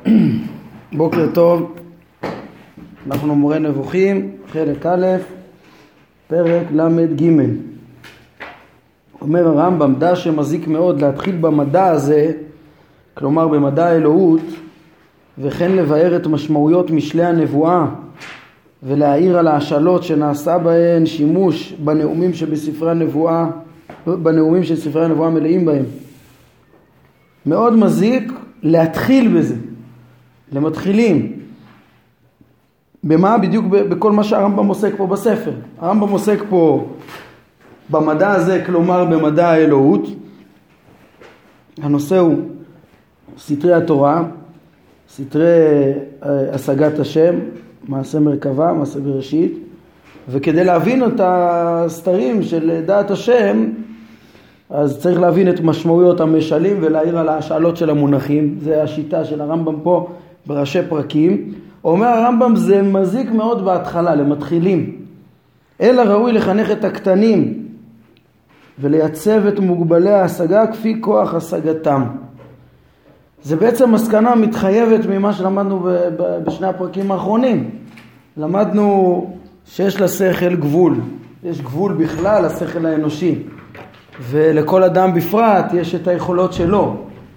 בוקר טוב, אנחנו מורה נבוכים, חלק א', פרק למד ג'. אומר הרמב"ם, דע שמזיק מאוד להתחיל במדע הזה, כלומר במדע האלוהות, וכן לבאר את משמעויות משלי הנבואה, ולהעיר על ההשאלות שנעשה בהן שימוש בנאומים שבספרי הנבואה, בנאומים של ספרי הנבואה מלאים בהם. מאוד מזיק להתחיל בזה, למתחילים. במה? בדיוק בכל מה שהרמב"ם עוסק פה בספר. הרמב"ם עוסק פה במדע הזה, כלומר במדע האלוהות. הנושא הוא סתרי התורה, סתרי השגת השם, מעשה מרכבה, מעשה בראשית. וכדי להבין את הסתרים של דעת השם, אז צריך להבין את משמעויות המשלים ולהעיר על ההשאלות של המונחים. זה השיטה של הרמב"ם פה בראשי פרקים. אומר הרמב"ם, זה מזיק מאוד בהתחלה, למתחילים. אלא ראוי לחנך את הקטנים ולייצב את מוגבלי ההשגה כפי כוח השגתם. זה בעצם מסקנה מתחייבת ממה שלמדנו בשני הפרקים האחרונים. למדנו שיש לשכל גבול. יש גבול בכלל לשכל האנושי. ולכל אדם בפרט יש את היכולות שלו.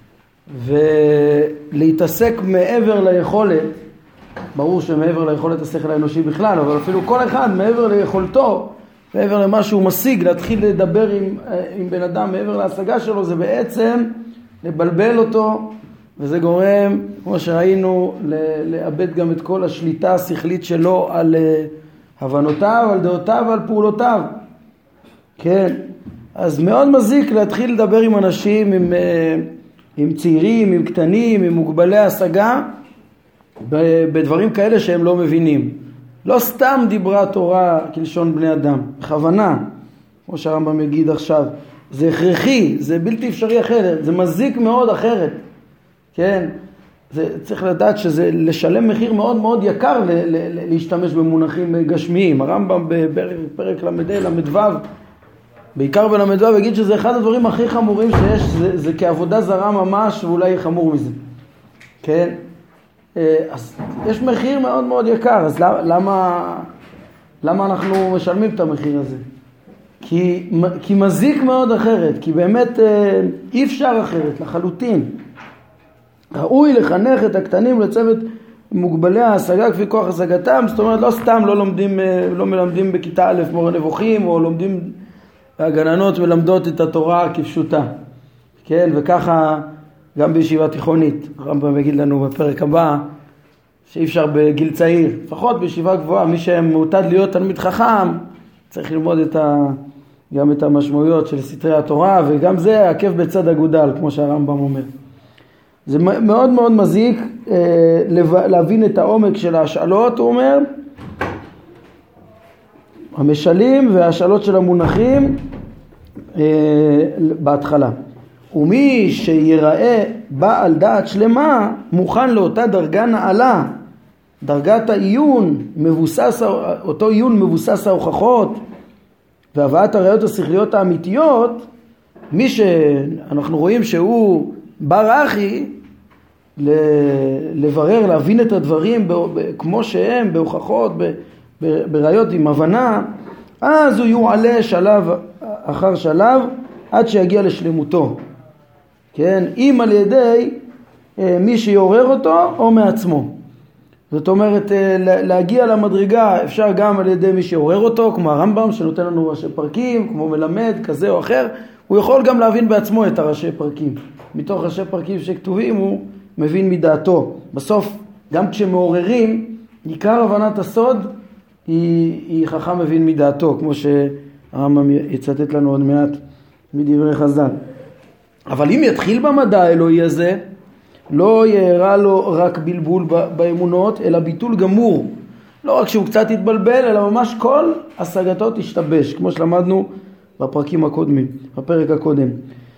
ולהתעסק מעבר ליכולת, ברור שמעבר ליכולת השכל האנושי בכלל, אבל אפילו כל אחד מעבר ליכולתו, מעבר למה שהוא משיג, להתחיל לדבר עם בן אדם מעבר להשגה שלו, זה בעצם לבלבל אותו, וזה גורם, כמו שראינו, לאבד גם את כל השליטה השכלית שלו על הבנותיו, על דעותיו ועל פעולותיו. כן, אז מאוד מזיק להתחיל לדבר עם אנשים, עם צעירים, עם קטנים, עם מוגבלי השגה, בדברים כאלה שהם לא מבינים. לא סתם דיברה התורה כלשון בני אדם, בכוונה, כמו שהרמב"ם יגיד עכשיו, זה הכרחי, זה בלתי אפשרי אחרת, זה מזיק מאוד אחרת. כן, זה צריך לדעת שזה לשלם מחיר מאוד מאוד יקר להשתמש במונחים גשמיים. הרמב"ם בפרק למדו, בעיקר בלמדו, יגיד שזה אחד הדברים הכי חמורים שיש, זה כעבודה זרה ממש, ואולי חמור מזה. כן, אז יש מחיר מאוד מאוד יקר, אז למה אנחנו משלמים את המחיר הזה? כי מזיק מאוד אחרת, כי באמת אי אפשר אחרת, לחלוטין. ראוי לחנך את הקטנים לצוות מוגבלי ההשגה כפי כוח השגתם, זאת אומרת לא סתם לא מלמדים בכיתה א' מורה נבוכים, או לומדים, הגננות מלמדות את התורה כפשוטה. כן, וככה גם בישיבה תיכונית. הרמב"ם יגיד לנו בפרק הבא שאי אפשר בגיל צעיר, לפחות בישיבה גבוהה, מי שמעוטד להיות תלמיד חכם, צריך ללמוד גם את המשמעויות של סתרי התורה, וגם זה עקב בצד אגודל, כמו שהרמב"ם אומר. זה מאוד מאוד מזיק להבין את העומק של ההשאלות, הוא אומר, המשלים וההשאלות של המונחים בהתחלה. ומי שיראה בעל דעת שלמה מוכן לאותה דרגה נעלה, דרגת העיון, אותו עיון מבוסס ההוכחות והבאת הראיות השכליות האמיתיות, מי שאנחנו רואים שהוא בר אחי לברר, להבין את הדברים כמו שהם, בהוכחות, בראיות עם הבנה, אז הוא יועלה שלב אחר שלב עד שיגיע לשלמותו. כן, אם על ידי מי שיעורר אותו או מעצמו. זאת אומרת, להגיע למדרגה אפשר גם על ידי מי שיעורר אותו, כמו הרמב"ם שנותן לנו ראשי פרקים, כמו מלמד כזה או אחר. הוא יכול גם להבין בעצמו את הראשי פרקים. מתוך ראשי פרקים שכתובים הוא מבין מדעתו. בסוף, גם כשמעוררים, עיקר הבנת הסוד היא חכם מבין מדעתו, כמו שהרמב"ם יצטט לנו עוד מעט מדברי חז"ל. אבל אם יתחיל במדע האלוהי הזה, לא יראה לו רק בלבול באמונות, אלא ביטול גמור. לא רק שהוא קצת יתבלבל, אלא ממש כל השגתו תשתבש, כמו שלמדנו בפרקים הקודמים, בפרק הקודם.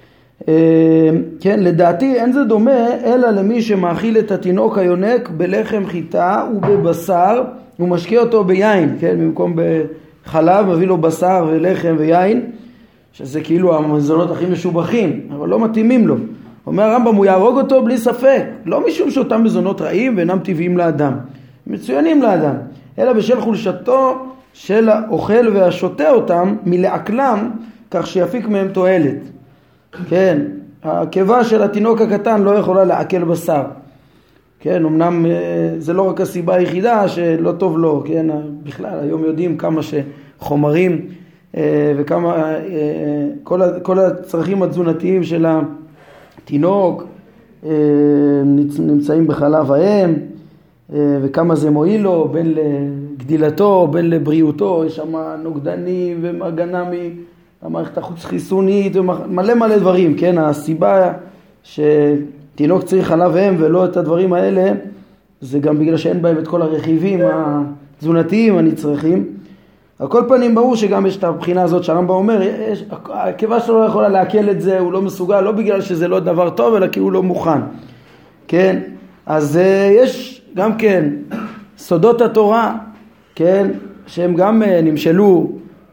כן, לדעתי אין זה דומה, אלא למי שמאכיל את התינוק היונק בלחם חיטה ובבשר, הוא משקיע אותו ביין, כן, במקום בחלב, מביא לו בשר ולחם ויין, שזה כאילו המזונות הכי משובחים, אבל לא מתאימים לו. אומר הרמב"ם, הוא יהרוג אותו בלי ספק, לא משום שאותם מזונות רעים ואינם טבעיים לאדם, מצוינים לאדם, אלא בשל חולשתו של האוכל והשותה אותם מלעקלם, כך שיפיק מהם תועלת. כן, הקיבה של התינוק הקטן לא יכולה לעכל בשר. כן, אמנם זה לא רק הסיבה היחידה שלא טוב לו, כן, בכלל היום יודעים כמה שחומרים וכמה כל הצרכים התזונתיים של התינוק נמצאים בחלב האם, וכמה זה מועיל לו בין לגדילתו בין לבריאותו. יש שם נוגדנים ומגנה מהמערכת החוץ חיסונית ומלא מלא דברים. כן, הסיבה שתינוק צריך חלב אם ולא את הדברים האלה זה גם בגלל שאין בהם את כל הרכיבים התזונתיים הנצרכים. על כל פנים ברור שגם יש את הבחינה הזאת שהרמב"ם אומר, הקיבה שלו לא יכולה לעכל את זה, הוא לא מסוגל, לא בגלל שזה לא דבר טוב אלא כי הוא לא מוכן. כן, אז יש גם כן סודות התורה, כן, שהם גם נמשלו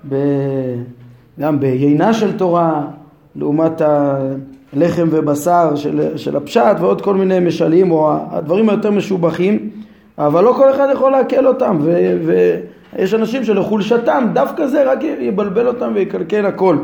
גם ביינה של תורה, לעומת הלחם ובשר של הפשט ועוד כל מיני משלים או הדברים היותר משובחים, אבל לא כל אחד יכול לעכל אותם, ויש אנשים שלחולשתם דווקא זה רק יבלבל אותם ויקלקל הכל.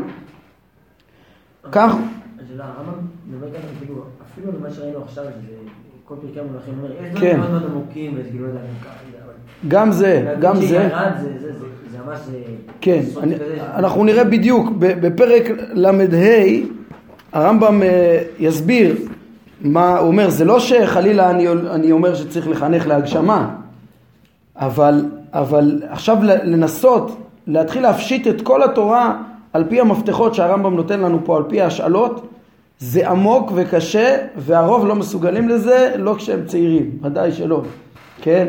כך השאלה, הרמב"ם מדבר גם אפילו למה שראינו עכשיו, שזה כל פרקי המונחים, יש כן. דברים מאוד עמוקים וזה כאילו גם זה, גם זה. זה ממש כן, אנחנו נראה בדיוק בפרק למ"ה הרמב"ם יסביר מה הוא אומר. זה לא שחלילה אני אומר שצריך לחנך להגשמה, אבל עכשיו לנסות להתחיל להפשיט את כל התורה על פי המפתחות שהרמב"ם נותן לנו פה, על פי השאלות, זה עמוק וקשה, והרוב לא מסוגלים לזה, לא כשהם צעירים, ודאי שלא. כן?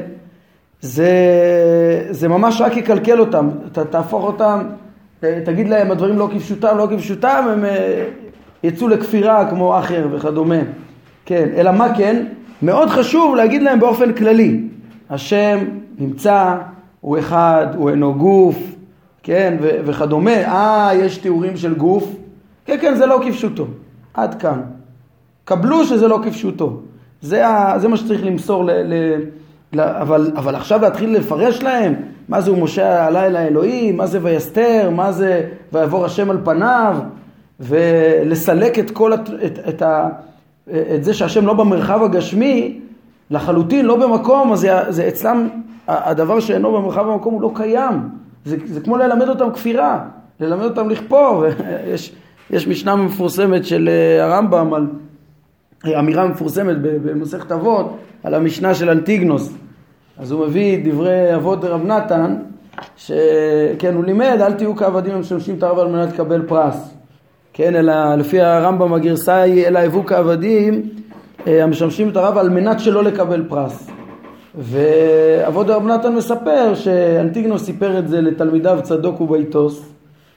זה ממש רק יקלקל אותם, תהפוך אותם, תגיד להם הדברים לא כפשוטם, לא כפשוטם, הם יצאו לכפירה כמו אחר וכדומה. כן, אלא מה כן? מאוד חשוב להגיד להם באופן כללי, השם נמצא, הוא אחד, הוא אינו גוף, כן, וכדומה. יש תיאורים של גוף, כן, כן, זה לא כפשוטו, עד כאן. קבלו שזה לא כפשוטו. זה מה שצריך למסור אבל עכשיו להתחיל לפרש להם מה זה הוא משה עלה אל האלוהים, מה זה ויסתר, מה זה ויעבור השם על פניו, ולסלק את כל את זה שהשם לא במרחב הגשמי לחלוטין, לא במקום, אז זה אצלם הדבר שאינו במרחב המקום הוא לא קיים. זה כמו ללמד אותם כפירה, ללמד אותם לכפור. יש משנה מפורסמת של הרמב"ם, על אמירה מפורסמת במסכת אבות על המשנה של אנטיגנוס. אז הוא מביא דברי אבות רב נתן, שכן הוא לימד, אל תהיו כעבדים המשמשים את הרב על מנת לקבל פרס. כן, אלא לפי הרמב"ם הגרסה היא, אלא הבו כעבדים המשמשים את הרב על מנת שלא לקבל פרס. ואבות רב נתן מספר שאנטיגנוס סיפר את זה לתלמידיו צדוק ובייטוס,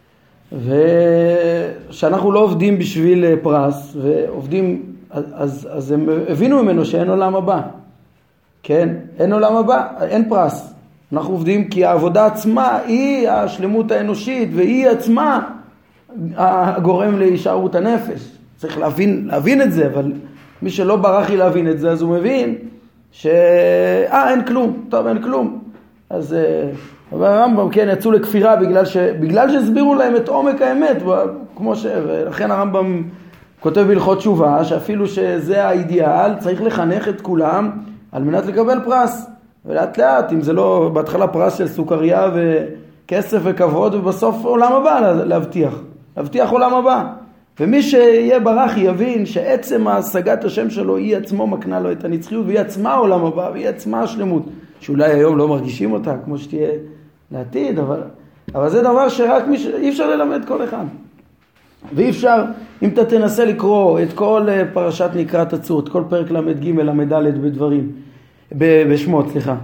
ושאנחנו לא עובדים בשביל פרס, ועובדים, אז הם הבינו ממנו שאין עולם הבא. כן, אין עולם הבא, אין פרס. אנחנו עובדים כי העבודה עצמה היא השלמות האנושית, והיא עצמה הגורם להישארות הנפש. צריך להבין את זה, אבל מי שלא ברח לי להבין את זה, אז הוא מבין אין כלום, טוב, אין כלום. אז אבל הרמב"ם כן יצאו לכפירה בגלל שהסבירו להם את עומק האמת, כמו ולכן הרמב"ם כותב בהלכות תשובה שאפילו שזה האידיאל, צריך לחנך את כולם על מנת לקבל פרס. ולאט לאט, אם זה לא בהתחלה פרס של סוכריה וכסף וכבוד, ובסוף עולם הבא להבטיח עולם הבא. ומי שיהיה ברח יבין שעצם השגת השם שלו היא עצמו מקנה לו את הנצחיות, והיא עצמה עולם הבא, והיא עצמה השלמות, שאולי היום לא מרגישים אותה כמו שתהיה לעתיד, אבל זה דבר שרק אי אפשר ללמד כל אחד. ואי אפשר, אם אתה תנסה לקרוא את כל פרשת נקראת הצות, כל פרק למד ג' למד ד' בדברים, בשמות, סליחה,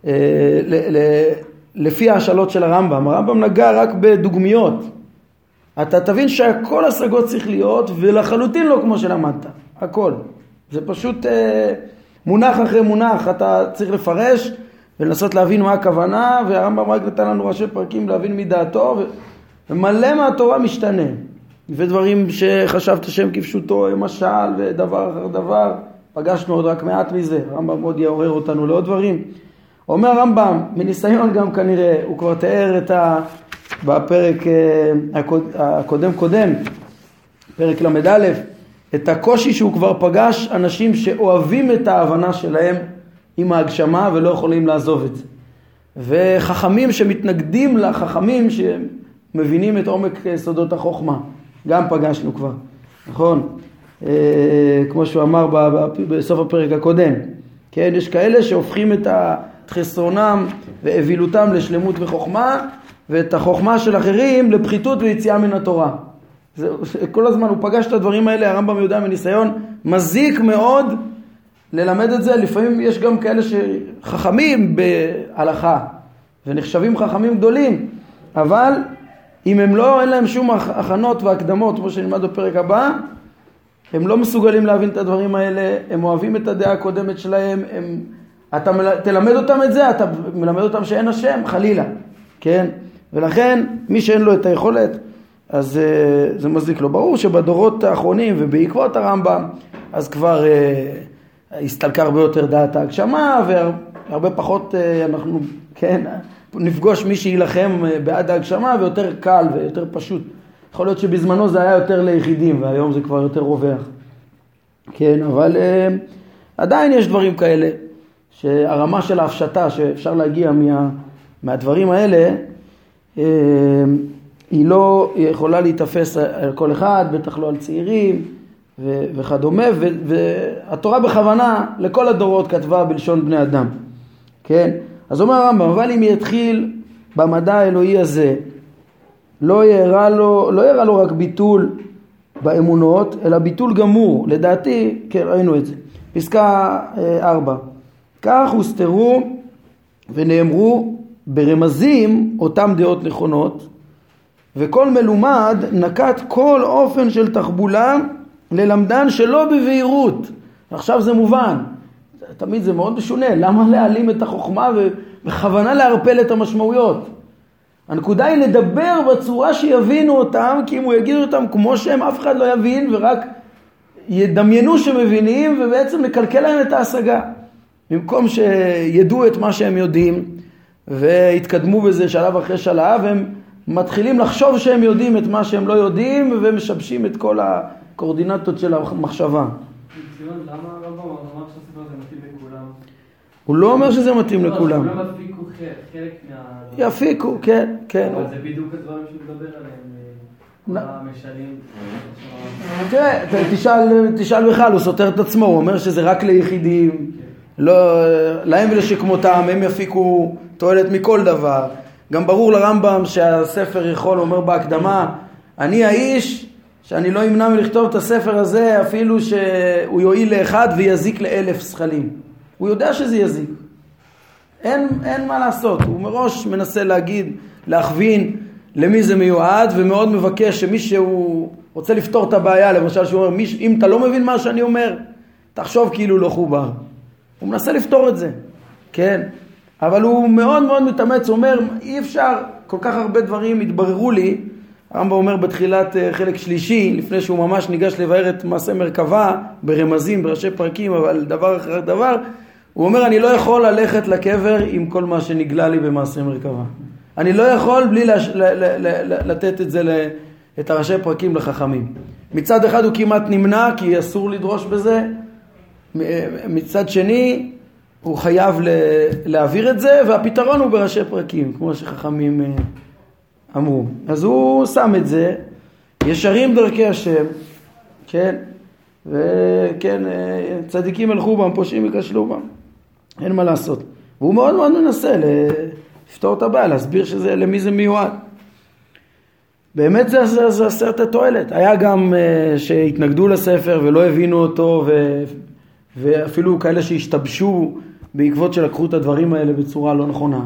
לפי השאלות של הרמב"ם נגע רק בדוגמיות. אתה תבין שהכל השגות צריך להיות, ולחלוטין לא כמו שלמדת, הכל. זה פשוט מונח אחרי מונח, אתה צריך לפרש ולנסות להבין מה הכוונה, והרמב"ם רק נתן לנו ראשי פרקים להבין מדעתו, ומלא מהתורה משתנה. ודברים שחשבת שהם כפשוטו, משל ודבר אחר דבר, פגשנו עוד רק מעט מזה, הרמב"ם עוד יעורר אותנו לעוד דברים. אומר הרמב"ם, מניסיון גם כנראה, הוא כבר תיאר בפרק הקודם, פרק למד א', את הקושי שהוא כבר פגש אנשים שאוהבים את ההבנה שלהם עם ההגשמה ולא יכולים לעזוב את זה. וחכמים שמתנגדים לחכמים שמבינים את עומק סודות החוכמה. גם פגשנו כבר, נכון? כמו שהוא אמר בסוף הפרק הקודם. כן, יש כאלה שהופכים את חסרונם ואבילותם לשלמות וחוכמה, ואת החוכמה של אחרים לפחיתות ויציאה מן התורה. כל הזמן הוא פגש את הדברים האלה, הרמב"ם יודע מניסיון, מזיק מאוד ללמד את זה. לפעמים יש גם כאלה שחכמים בהלכה, ונחשבים חכמים גדולים, אבל אם הם לא, אין להם שום הכנות והקדמות, כמו שנלמד בפרק הבא, הם לא מסוגלים להבין את הדברים האלה, הם אוהבים את הדעה הקודמת שלהם, אתה תלמד אותם את זה, אתה מלמד אותם שאין השם, חלילה, כן? ולכן מי שאין לו את היכולת, אז זה מזיק לו. ברור שבדורות האחרונים ובעקבות הרמב"ם, אז כבר הסתלקה הרבה יותר דעת ההגשמה, והרבה פחות אנחנו, כן, נפגוש מי שילחם בעד ההגשמה, ויותר קל ויותר פשוט. יכול להיות שבזמנו זה היה יותר ליחידים, והיום זה כבר יותר רווח. כן, אבל עדיין יש דברים כאלה, שהרמה של ההפשטה שאפשר להגיע מהדברים האלה, היא לא יכולה להתאפס על כל אחד, בטח לא על צעירים וכדומה, והתורה בכוונה לכל הדורות כתבה בלשון בני אדם. כן? אז אומר הרמב"ם, אבל אם יתחיל במדע האלוהי הזה, לא יראה לו רק ביטול באמונות, אלא ביטול גמור. לדעתי, כן, ראינו את זה. פסקה 4. כך הוסתרו ונאמרו ברמזים אותם דעות נכונות, וכל מלומד נקט כל אופן של תחבולה ללמדן שלא בבהירות. עכשיו זה מובן. תמיד זה מאוד משונה. למה להעלים את החוכמה ובכוונה להרפל את המשמעויות? הנקודה היא לדבר בצורה שיבינו אותם, כי אם הוא יגידו אותם כמו שהם, אף אחד לא יבין, ורק ידמיינו שמבינים, ובעצם לקלקל להם את ההשגה. במקום שידעו את מה שהם יודעים, והתקדמו בזה שלב אחרי שלב, הם מתחילים לחשוב שהם יודעים את מה שהם לא יודעים, ומשבשים את כל הקורדינטות של המחשבה. למה הרמב"ם אמר שהספר הזה מתאים לכולם? הוא לא אומר שזה מתאים לכולם. כולם יפיקו חלק מה... יפיקו, כן, כן. אבל זה בדיוק הדברים שהוא מדבר עליהם, המשלים. תראה, תשאל בכלל, הוא סותר את עצמו, הוא אומר שזה רק ליחידים, להם ולשכמותם, הם יפיקו תועלת מכל דבר. גם ברור לרמב"ם שהספר יכול, הוא אומר בהקדמה, אני האיש שאני לא אמנע מלכתוב את הספר הזה, אפילו שהוא יועיל לאחד ויזיק ל1,000 שכלים. הוא יודע שזה יזיק. אין מה לעשות. הוא מראש מנסה להגיד, להכווין למי זה מיועד, ומאוד מבקש שמי שהוא רוצה לפתור את הבעיה, למשל שהוא אומר, אם אתה לא מבין מה שאני אומר, תחשוב כאילו לא חובר. הוא מנסה לפתור את זה, כן? אבל הוא מאוד מאוד מתאמץ, הוא אומר, אי אפשר, כל כך הרבה דברים התבררו לי, הרמב"ם אומר בתחילת חלק שלישי, לפני שהוא ממש ניגש לבאר את מעשה מרכבה, ברמזים, בראשי פרקים, אבל דבר אחר דבר, הוא אומר, אני לא יכול ללכת לקבר עם כל מה שנגלה לי במעשה מרכבה. אני לא יכול בלי לתת את זה, את הראשי פרקים לחכמים. מצד אחד הוא כמעט נמנע, כי אסור לדרוש בזה. מצד שני, הוא חייב להעביר את זה, והפתרון הוא בראשי פרקים, כמו שחכמים אמרו. אז הוא שם את זה, ישרים דרכי השם, כן, וכן, צדיקים הלכו בם, פושעים יקשלו בם. אין מה לעשות. והוא מאוד מאוד מנסה לפתור את הבעיה, להסביר למי זה מיועד. באמת זה עשרת התועלת. היה גם שהתנגדו לספר ולא הבינו אותו, ואפילו כאלה שהשתבשו בעקבות שלקחו את הדברים האלה בצורה לא נכונה.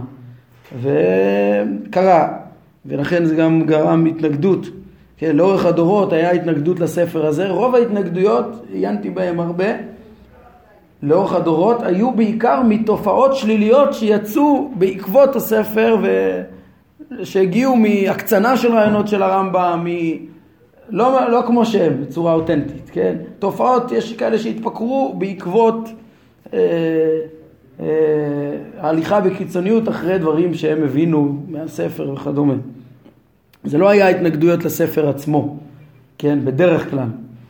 וקרה, ולכן זה גם גרם התנגדות. כן, לאורך הדורות היה התנגדות לספר הזה. רוב ההתנגדויות, עיינתי בהם הרבה, לאורך הדורות היו בעיקר מתופעות שליליות שיצאו בעקבות הספר, שהגיעו מהקצנה של רעיונות של הרמב"ם, לא כמו שהם, בצורה אותנטית, כן? תופעות, יש כאלה שהתפקרו בעקבות ההליכה בקיצוניות אחרי דברים שהם הבינו מהספר וכדומה. זה לא היה התנגדויות לספר עצמו, כן? בדרך כלל.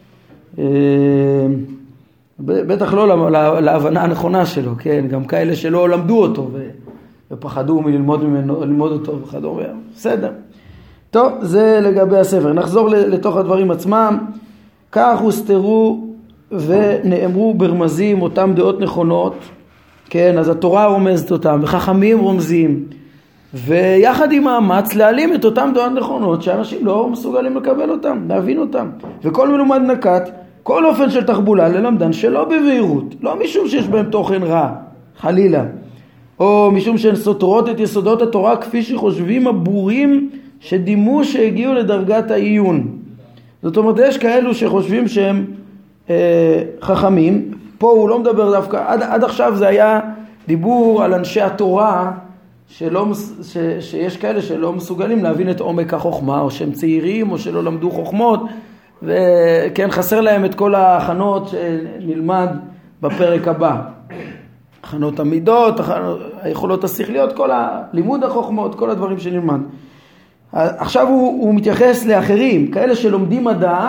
בטח לא להבנה הנכונה שלו, כן? גם כאלה שלא למדו אותו ופחדו ללמוד אותו וכדומה. בסדר. טוב, זה לגבי הספר. נחזור לתוך הדברים עצמם. כך הוסתרו ונאמרו ברמזים אותם דעות נכונות, כן? אז התורה רומזת אותם, וחכמים רומזים, ויחד עם מאמץ להעלים את אותם דעות נכונות שאנשים לא מסוגלים לקבל אותם, להבין אותם. וכל מלומד נקט כל אופן של תחבולה ללמדן שלא בבהירות, לא משום שיש בהם תוכן רע, חלילה, או משום שהן סותרות את יסודות התורה כפי שחושבים הבורים שדימו שהגיעו לדרגת העיון. זאת אומרת, יש כאלו שחושבים שהם חכמים. פה הוא לא מדבר דווקא, עד עכשיו זה היה דיבור על אנשי התורה, שיש כאלה שלא מסוגלים להבין את עומק החוכמה, או שהם צעירים, או שלא למדו חוכמות, וכן חסר להם את כל ההכנות שנלמד בפרק הבא. הכנות המידות, היכולות השכליות, כל הלימוד החוכמות, כל הדברים שנלמד. עכשיו הוא מתייחס לאחרים, כאלה שלומדים מדע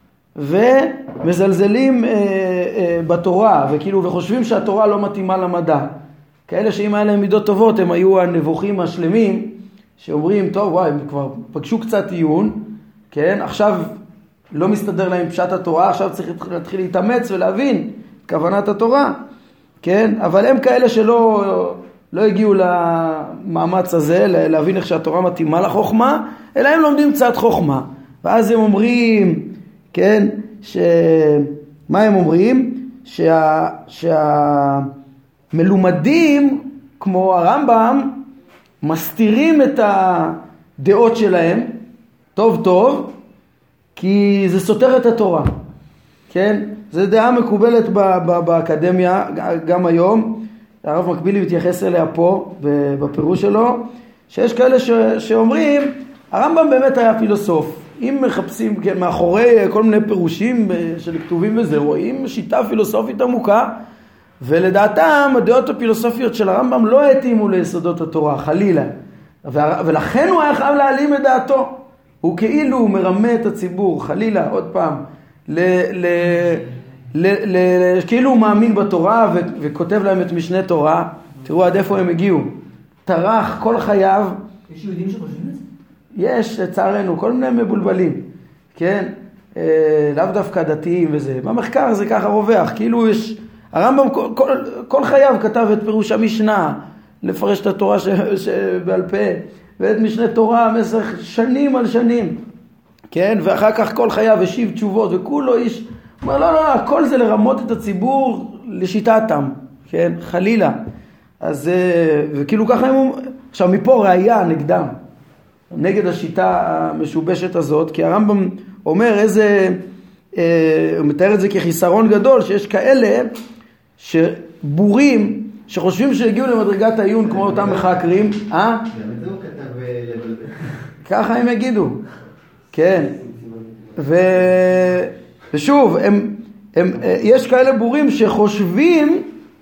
ומזלזלים בתורה, וכאילו וחושבים שהתורה לא מתאימה למדע. כאלה שאם היה להם מידות טובות, הם היו הנבוכים השלמים, שאומרים, טוב, וואי, הם כבר פגשו קצת עיון, כן? עכשיו לא מסתדר להם פשט התורה, עכשיו צריך להתחיל להתאמץ ולהבין כוונת התורה, כן? אבל הם כאלה שלא הגיעו למאמץ הזה, להבין איך שהתורה מתאימה לחוכמה, אלא הם לומדים קצת חוכמה. ואז הם אומרים, כן, מה הם אומרים? שהמלומדים, כמו הרמב"ם, מסתירים את הדעות שלהם, טוב טוב, כי זה סותר את התורה. כן? זו דעה מקובלת באקדמיה, גם היום. הרב מקבילי מתייחס אליה פה, בפירוש שלו, שיש כאלה שאומרים, הרמב"ם באמת היה פילוסוף. אם מחפשים כן, מאחורי כל מיני פירושים של כתובים וזה, רואים שיטה פילוסופית עמוקה, ולדעתם הדעות הפילוסופיות של הרמב"ם לא התאימו ליסודות התורה, חלילה. ולכן הוא היה חייב להעלים את דעתו. הוא כאילו מרמה את הציבור, חלילה, עוד פעם, כאילו הוא מאמין בתורה וכותב להם את משנה תורה. תראו עד איפה הם הגיעו. טרח כל חייו. יש יהודים שחושבים את זה? יש, לצערנו, כל מיני מבולבלים. כן? לאו דווקא דתיים וזה. במחקר זה ככה רווח. כאילו יש, הרמב"ם כל חייו כתב את פירוש המשנה, לפרש את התורה שבעל פה, ואת משנה תורה במשך שנים על שנים. כן? ואחר כך כל חייו השיב תשובות, וכולו איש אומר, לא, הכל זה לרמות את הציבור לשיטתם, כן? חלילה. אז, וכאילו ככה הם אומרים, עכשיו מפה ראיה נגדם, נגד השיטה המשובשת הזאת, כי הרמב"ם אומר הוא מתאר את זה כחיסרון גדול, שיש כאלה שבורים, שחושבים שהגיעו למדרגת העיון כמו אותם מחקרים, ככה הם יגידו, כן. ושוב, יש כאלה בורים שחושבים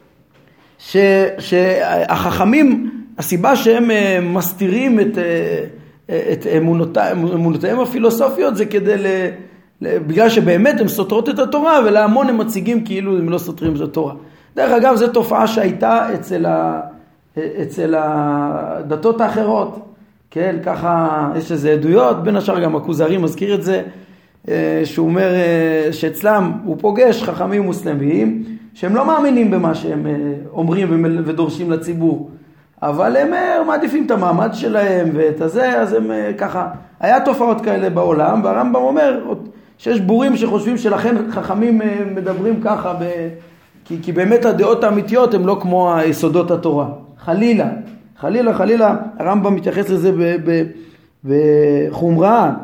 שהחכמים, הסיבה שהם מסתירים את אמונותיהם הפילוסופיות זה בגלל שבאמת הם סותרות את התורה, ולהמון הם מציגים כאילו הם לא סותרים את התורה. דרך אגב, זו תופעה שהייתה אצל הדתות האחרות. כן, ככה יש איזה עדויות, בין השאר גם הכוזרי מזכיר את זה, שהוא אומר שאצלם הוא פוגש חכמים מוסלמים שהם לא מאמינים במה שהם אומרים ודורשים לציבור, אבל הם מעדיפים את המעמד שלהם ואת הזה, אז הם ככה, היה תופעות כאלה בעולם, והרמב"ם אומר שיש בורים שחושבים שלכן חכמים מדברים ככה, כי באמת הדעות האמיתיות הן לא כמו היסודות התורה, חלילה. חלילה, הרמב"ם מתייחס לזה בחומרה,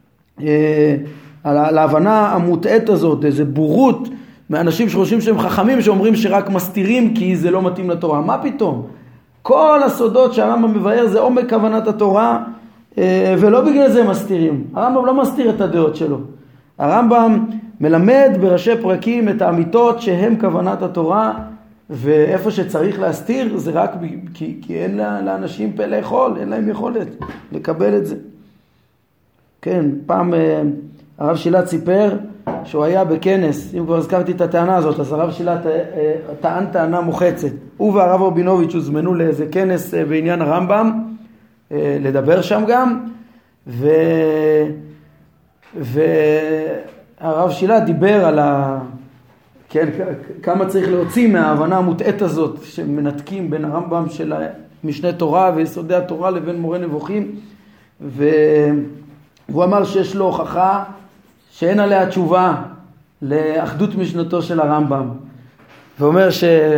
על ההבנה המוטעת הזאת, איזו בורות מאנשים שחושבים שהם חכמים, שאומרים שרק מסתירים כי זה לא מתאים לתורה. מה פתאום? כל הסודות שהרמב"ם מבאר זה עומק כוונת התורה, ולא בגלל זה מסתירים. הרמב"ם לא מסתיר את הדעות שלו. הרמב"ם מלמד בראשי פרקים את האמיתות שהם כוונת התורה, ואיפה שצריך להסתיר זה רק כי אין לאנשים פה לאכול, אין להם יכולת לקבל את זה. כן, פעם הרב שילת סיפר שהוא היה בכנס, אם כבר הזכרתי את הטענה הזאת, אז הרב שילת טען טענה מוחצת. הוא והרב רבינוביץ' הוזמנו לאיזה כנס בעניין הרמב"ם, לדבר שם גם, והרב שילת דיבר על כן, כמה צריך להוציא מההבנה המוטעת הזאת שמנתקים בין הרמב"ם של משנה תורה ויסודי התורה לבין מורה נבוכים, והוא אמר שיש לו הוכחה שאין עליה תשובה לאחדות משנתו של הרמב"ם, ואומר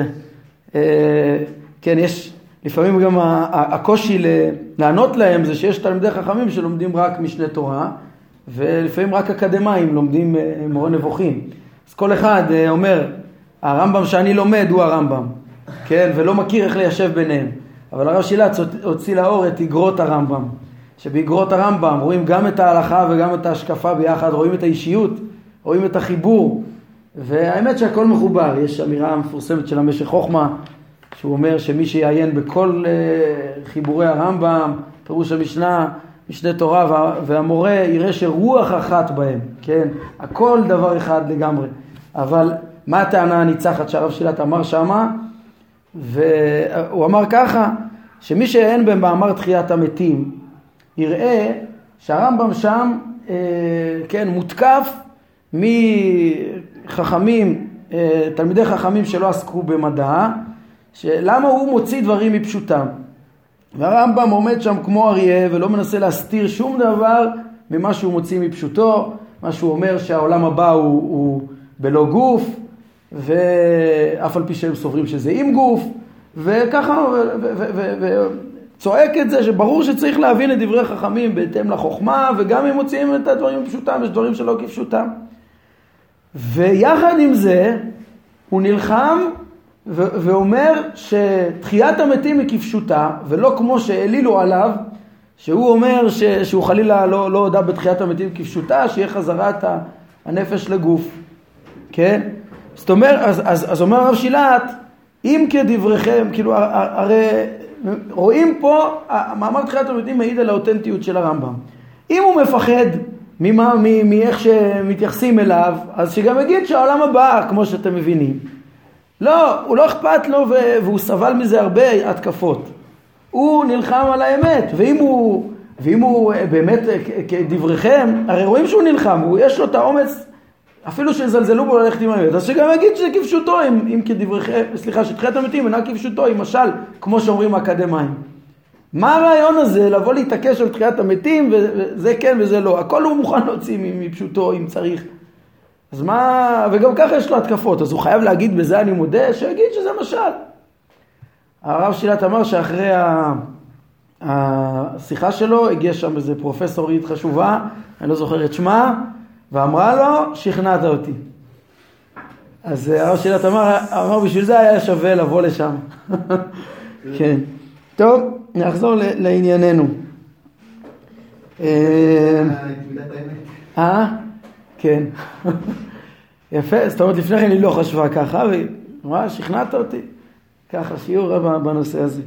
כן, יש לפעמים גם הקושי לענות להם זה שיש תלמידי חכמים שלומדים רק משנה תורה, ולפעמים רק אקדמיים לומדים מורה נבוכים. אז כל אחד אומר, הרמב"ם שאני לומד הוא הרמב"ם, כן, ולא מכיר איך ליישב ביניהם. אבל הרב שילת הוציא לאור את אגרות הרמב"ם, שבאגרות הרמב"ם רואים גם את ההלכה וגם את ההשקפה ביחד, רואים את האישיות, רואים את החיבור, והאמת שהכל מחובר. יש אמירה מפורסמת של המשך חוכמה, שהוא אומר שמי שיעיין בכל חיבורי הרמב"ם, פירוש המשנה, משנה תורה והמורה, יראה שרוח אחת בהם, כן? הכל דבר אחד לגמרי. אבל מה הטענה הניצחת שהרב שילת אמר שמה? והוא אמר ככה, שמי שיעיין במאמר תחיית המתים, יראה שהרמב"ם שם, כן, מותקף מחכמים, תלמידי חכמים שלא עסקו במדע, שלמה הוא מוציא דברים מפשוטם. והרמב"ם עומד שם כמו אריה ולא מנסה להסתיר שום דבר ממה שהוא מוציא מפשוטו. מה שהוא אומר שהעולם הבא הוא בלא גוף, ואף על פי שהם סוברים שזה עם גוף, וככה וצועק את זה שברור שצריך להבין את דברי חכמים בהתאם לחוכמה, וגם אם מוציאים את הדברים מפשוטם יש דברים שלא כפשוטם. ויחד עם זה הוא נלחם ואומר שתחיית המתים היא כפשוטה, ולא כמו שהעלילו עליו, שהוא אומר שהוא חלילה לא הודע בתחיית המתים כפשוטה, שיהיה חזרת הנפש לגוף. כן? זאת אומרת, אז אומר הרב שילת, אם כדבריכם, כאילו, הרי רואים פה, המאמר תחיית המתים מעיד על האותנטיות של הרמב"ם. אם הוא מפחד מאיך שמתייחסים אליו, אז שגם יגיד שהעולם הבא, כמו שאתם מבינים. לא, הוא לא אכפת לו והוא סבל מזה הרבה התקפות. הוא נלחם על האמת, ואם הוא באמת כדבריכם, הרי רואים שהוא נלחם, יש לו את האומץ, אפילו שזלזלו בו ללכת עם האמת, אז שגם יגיד שזה כפשוטו, אם כדבריכם, סליחה, שתחיית המתים אינה כפשוטו, עם משל, כמו שאומרים האקדמיים. מה הרעיון הזה, לבוא להתעקש על תחיית המתים, וזה כן וזה לא, הכל הוא מוכן להוציא מפשוטו אם צריך. אז מה, וגם ככה יש לו התקפות, אז הוא חייב להגיד בזה אני מודה, שיגיד שזה משל. הרב שילת אמר שאחרי השיחה שלו, הגיע שם איזה פרופסורית חשובה, אני לא זוכר את שמה, ואמרה לו, שכנעת אותי. אז הרב שילת אמר בשביל זה היה שווה לבוא לשם. כן. טוב, נחזור לענייננו. כן. יפה, זאת אומרת לפני כן היא לא חשבה ככה, והיא אמרה, שכנעת אותי. ככה, שיעור בנושא הזה.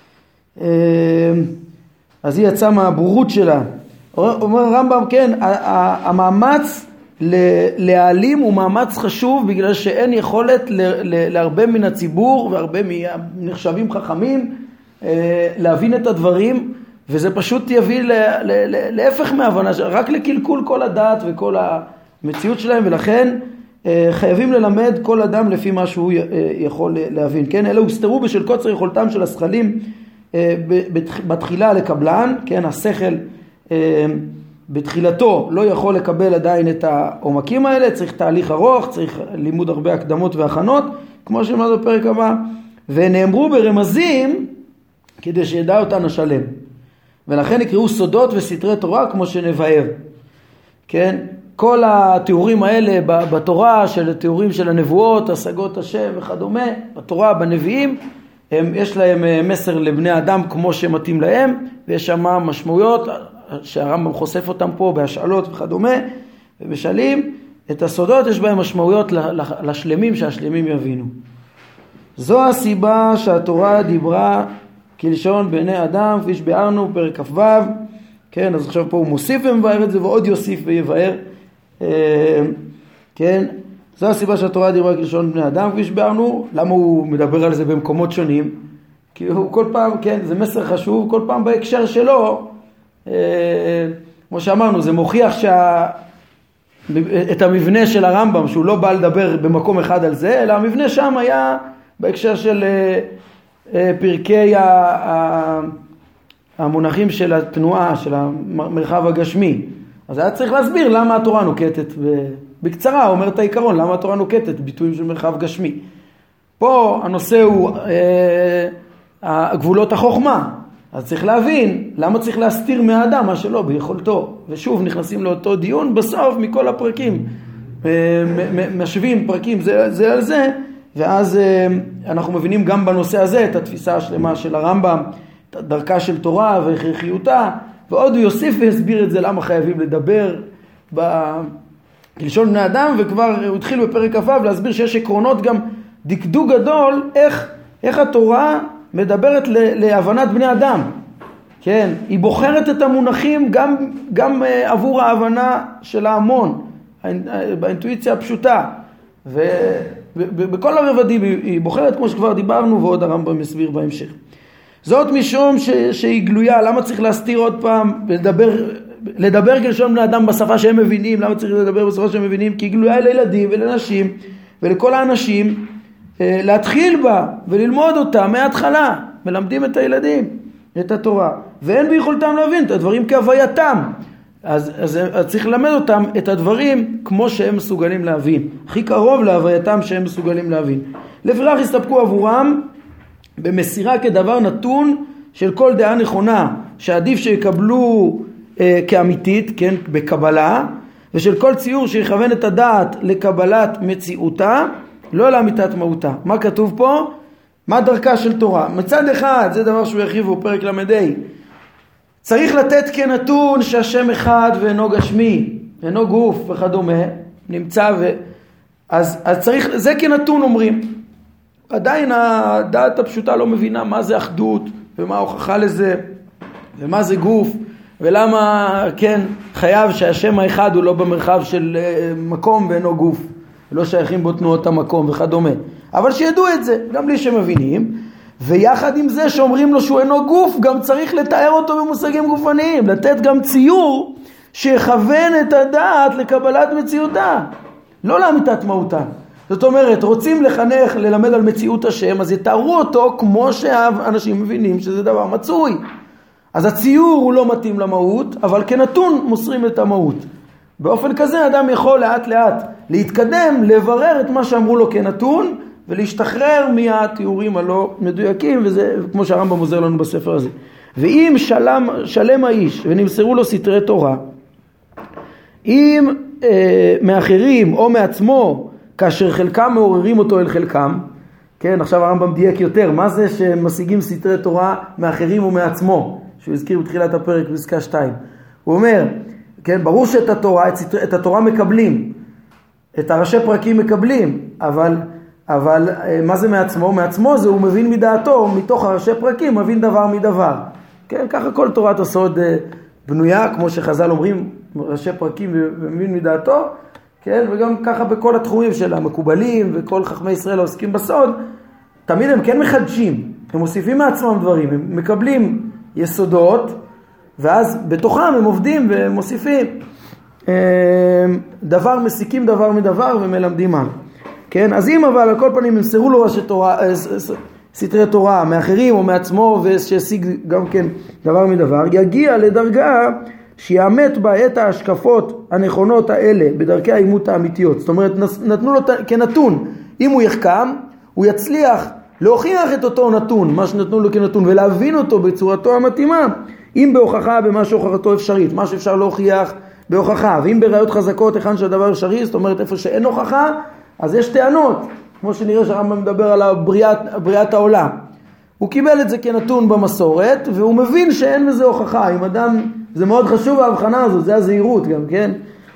אז היא יצאה מהבורות שלה. אומר רמב"ם, כן, המאמץ להעלים הוא מאמץ חשוב, בגלל שאין יכולת להרבה מן הציבור, והרבה נחשבים חכמים, להבין את הדברים, וזה פשוט יביא להפך מהבנה, רק לקלקול כל הדעת וכל המציאות שלהם, ולכן חייבים ללמד כל אדם לפי מה שהוא יכול להבין. כן, אלה הוסתרו בשל קוצר יכולתם של השכלים בתחילה לקבלן, כן, השכל בתחילתו לא יכול לקבל עדיין את העומקים האלה, צריך תהליך ארוך, צריך לימוד הרבה הקדמות והכנות, כמו שאמרנו בפרק הבא, ונאמרו ברמזים כדי שידע אותן השלם. ולכן יקראו סודות וסתרי תורה כמו שנבהר. כן? כל התיאורים האלה בתורה, של התיאורים של הנבואות, השגות השם וכדומה, בתורה, בנביאים, יש להם מסר לבני אדם כמו שמתאים להם, ויש שם משמעויות שהרמב"ם חושף אותם פה בהשאלות וכדומה, ובשלים את הסודות יש בהם משמעויות לשלמים שהשלמים יבינו. זו הסיבה שהתורה דיברה כלשון בני אדם, כפי שביארנו פרק כ"ו, כן, אז עכשיו פה הוא מוסיף ומבאר את זה ועוד יוסיף ויבאר, כן, זו הסיבה שהתורה דיברה כלשון בני אדם, כפי שביארנו. למה הוא מדבר על זה במקומות שונים? כי הוא כל פעם, כן, זה מסר חשוב, כל פעם בהקשר שלו, כמו שאמרנו, זה מוכיח את המבנה של הרמב"ם, שהוא לא בא לדבר במקום אחד על זה, אלא המבנה שם היה בהקשר של פרקי המונחים של התנועה, של המרחב הגשמי. אז היה צריך להסביר למה התורה נוקטת, בקצרה אומר את העיקרון, למה התורה נוקטת ביטויים של מרחב גשמי. פה הנושא הוא גבולות החוכמה, אז צריך להבין למה צריך להסתיר מהאדם מה שלא ביכולתו. ושוב נכנסים לאותו דיון, בסוף מכל הפרקים משווים פרקים זה על זה, ואז אנחנו מבינים גם בנושא הזה את התפיסה השלמה של הרמב"ם, את דרכה של תורה והכרחיותה, ועוד הוא יוסיף והסביר את זה למה חייבים לדבר כלשון בני אדם, וכבר הוא התחיל בפרק כ"ו להסביר שיש עקרונות גם דקדוק גדול איך התורה מדברת להבנת בני אדם. כן, היא בוחרת את המונחים גם עבור ההבנה של ההמון, באינטואיציה הפשוטה, ובכל הרבדים היא בוחרת כמו שכבר דיברנו, ועוד הרמב"ם מסביר בהמשך. זאת משום שהיא גלויה. למה צריך להסתיר עוד פעם לדבר כלשון בני אדם בשפה שהם מבינים? למה צריך לדבר בשפה שהם מבינים? כי היא גלויה לילדים ולנשים ולכל האנשים, להתחיל בה וללמוד אותה מההתחלה. מלמדים את הילדים את התורה, ואין ביכולתם להבין את הדברים כהווייתם, אז צריך ללמד אותם את הדברים כמו שהם מסוגלים להבין, הכי קרוב להווייתם שהם מסוגלים להבין. לפיכך הסתפקו עבורם במסירה כדבר נתון של כל דעה נכונה, שעדיף שיקבלו כאמיתית, כן, בקבלה, ושל כל ציור שיכוון את הדעת לקבלת מציאותה, לא לאמיתת מהותה. מה כתוב פה? מה דרכה של תורה? מצד אחד, זה דבר שהוא ירחיבו פרק למדי, צריך לתת כנתון שהשם אחד ואינו גשמי, אינו גוף וכדומה, נמצא אז צריך, זה כנתון אומרים. עדיין הדעת הפשוטה לא מבינה מה זה אחדות, ומה ההוכחה לזה, ומה זה גוף, ולמה, כן, חייב שהשם האחד הוא לא במרחב של מקום ואינו גוף, ולא שייכים בו תנועות המקום וכדומה. אבל שידעו את זה, גם בלי שמבינים, ויחד עם זה שאומרים לו שהוא אינו גוף, גם צריך לתאר אותו במושגים גופניים, לתת גם ציור שיכוון את הדעת לקבלת מציאותה, לא לאמיתת מהותה. זאת אומרת, רוצים לחנך, ללמד על מציאות השם, אז יתארו אותו כמו שאנשים מבינים שזה דבר מצוי. אז הציור הוא לא מתאים למהות, אבל כנתון מוסרים את המהות. באופן כזה אדם יכול לאט לאט להתקדם, לברר את מה שאמרו לו כנתון, ולהשתחרר מהתיאורים הלא מדויקים, וזה כמו שהרמב"ם עוזר לנו בספר הזה. ואם שלם האיש ונמסרו לו סתרי תורה, אם מאחרים או מעצמו, כאשר חלקם מעוררים אותו אל חלקם, כן, עכשיו הרמב"ם דייק יותר, מה זה שמשיגים סתרי תורה מאחרים ומעצמו, שהוא הזכיר בתחילת הפרק בפסקה 2. הוא אומר, כן, ברור שאת התורה, את התורה מקבלים, את הראשי פרקים מקבלים, אבל מה זה מעצמו? מעצמו זה הוא מבין מדעתו, מתוך הראשי פרקים מבין דבר מדבר. כן, ככה כל תורת הסוד בנויה, כמו שחז"ל אומרים, ראשי פרקים ומבין מדעתו, כן, וגם ככה בכל התחומים של המקובלים וכל חכמי ישראל העוסקים בסוד, תמיד הם כן מחדשים, הם מוסיפים מעצמם דברים, הם מקבלים יסודות, ואז בתוכם הם עובדים ומוסיפים דבר, מסיקים דבר מדבר ומלמדים מה. כן, אז אם אבל על כל פנים ימסרו לו סתרי תורה מאחרים או מעצמו ושישיג גם כן דבר מדבר, יגיע לדרגה שיאמת בה את ההשקפות הנכונות האלה בדרכי האימות האמיתיות. זאת אומרת, נתנו לו כנתון, אם הוא יחכם, הוא יצליח להוכיח את אותו נתון, מה שנתנו לו כנתון, ולהבין אותו בצורתו המתאימה, אם בהוכחה במה שהוכחתו אפשרית, מה שאפשר להוכיח בהוכחה, ואם בראיות חזקות היכן שהדבר אפשרי, זאת אומרת איפה שאין הוכחה, אז יש טענות, כמו שנראה שהרמב"ם מדבר על בריאת העולם. הוא קיבל את זה כנתון במסורת, והוא מבין שאין בזה הוכחה. אם אדם, זה מאוד חשוב ההבחנה הזו, זה הזהירות גם, כן?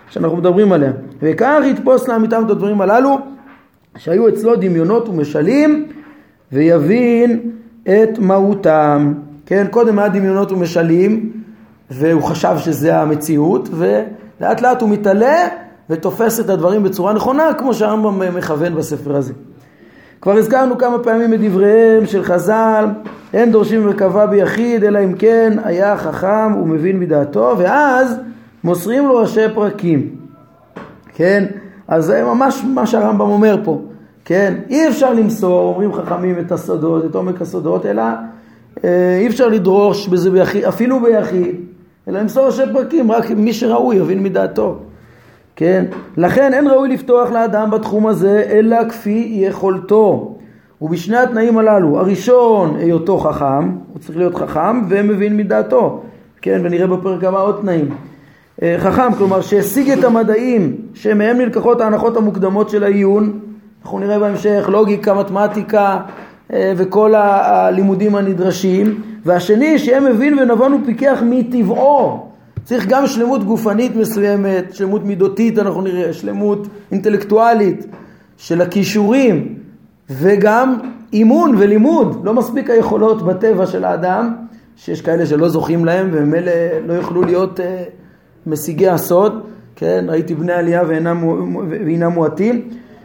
שאנחנו מדברים עליה. וכך יתפוס לאמיתם את הדברים הללו, שהיו אצלו דמיונות ומשלים, ויבין את מהותם. כן, קודם היה דמיונות ומשלים, והוא חשב שזה המציאות, ולאט לאט הוא מתעלה ותופס את הדברים בצורה נכונה, כמו שהרמב"ם מכוון בספר הזה. כבר הזכרנו כמה פעמים את דבריהם של חז"ל, אין דורשים מרכבה ביחיד, אלא אם כן היה חכם ומבין מדעתו, ואז מוסרים לו ראשי פרקים. כן, אז זה ממש מה שהרמב"ם אומר פה. כן, אי אפשר למסור, אומרים חכמים, את הסודות, את עומק הסודות, אלא אי אפשר לדרוש בזה ביחיד, אפילו ביחיד, אלא למסור ראשי פרקים, רק מי שראוי יבין מדעתו. כן, לכן אין ראוי לפתוח לאדם בתחום הזה, אלא כפי יכולתו. ובשני התנאים הללו, הראשון היותו חכם, הוא צריך להיות חכם ומבין מדעתו. כן, ונראה בפרק הבא עוד תנאים. חכם, כלומר שהשיג את המדעים שמהם נלקחות ההנחות המוקדמות של העיון, אנחנו נראה בהמשך לוגיקה, מתמטיקה וכל הלימודים הנדרשים. והשני שיהיה מבין ונבון ופיקח מטבעו. צריך גם שלמות גופנית מסוימת, שלמות מידותית, אנחנו נראה, שלמות אינטלקטואלית של הכישורים, וגם אימון ולימוד. לא מספיק היכולות בטבע של האדם, שיש כאלה שלא זוכים להם, והם אלה לא יוכלו להיות משיגי הסוד. כן, ראיתי בני עלייה ואינם מועטים,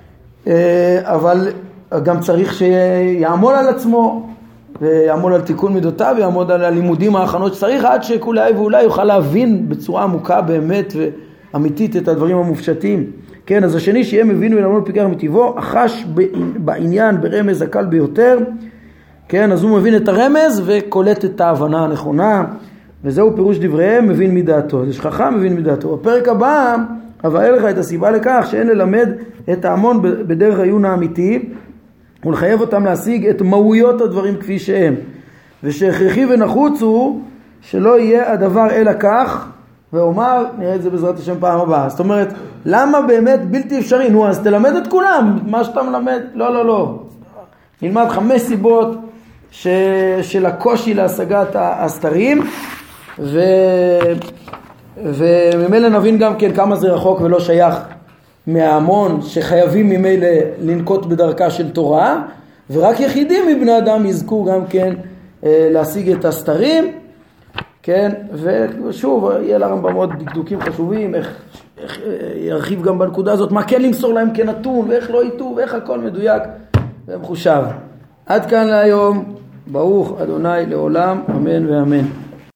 אבל גם צריך שיעמול על עצמו, ויעמול על תיקון מידותיו, ויעמוד על הלימודים האחרונות שצריך, עד שכולי ואולי יוכל להבין בצורה עמוקה באמת ואמיתית את הדברים המופשטים. כן, אז השני שיהיה מבין ולמוד פיקח מטבעו, אחש בעניין ברמז הקל ביותר. כן, אז הוא מבין את הרמז וקולט את ההבנה הנכונה, וזהו פירוש דבריהם, מבין מדעתו. אז יש חכם מבין מדעתו. בפרק הבא אבאר לך את הסיבה לכך שאין ללמד את ההמון בדרך העיון האמיתי, ולחייב אותם להשיג את מהויות הדברים כפי שהם, ושהכרחי ונחוץ הוא שלא יהיה הדבר אלא כך, ואומר, נראה את זה בעזרת השם פעם הבאה. זאת אומרת, למה באמת בלתי אפשרי? נו, אז תלמד את כולם, מה שאתה מלמד, לא. נלמד 5 סיבות של הקושי להשגת הסתרים, וממילא נבין גם כן כמה זה רחוק ולא שייך מההמון שחייבים ממילא לנקוט בדרכה של תורה, ורק יחידים מבני אדם יזכו גם כן להשיג את הסתרים. כן, ושוב יהיה לרמב"ם עוד דקדוקים חשובים, איך ירחיב גם בנקודה הזאת, מה כן למסור להם כנתון, ואיך לא ייתו, ואיך הכל מדויק ומחושב. עד כאן להיום, ברוך אדוני לעולם, אמן ואמן.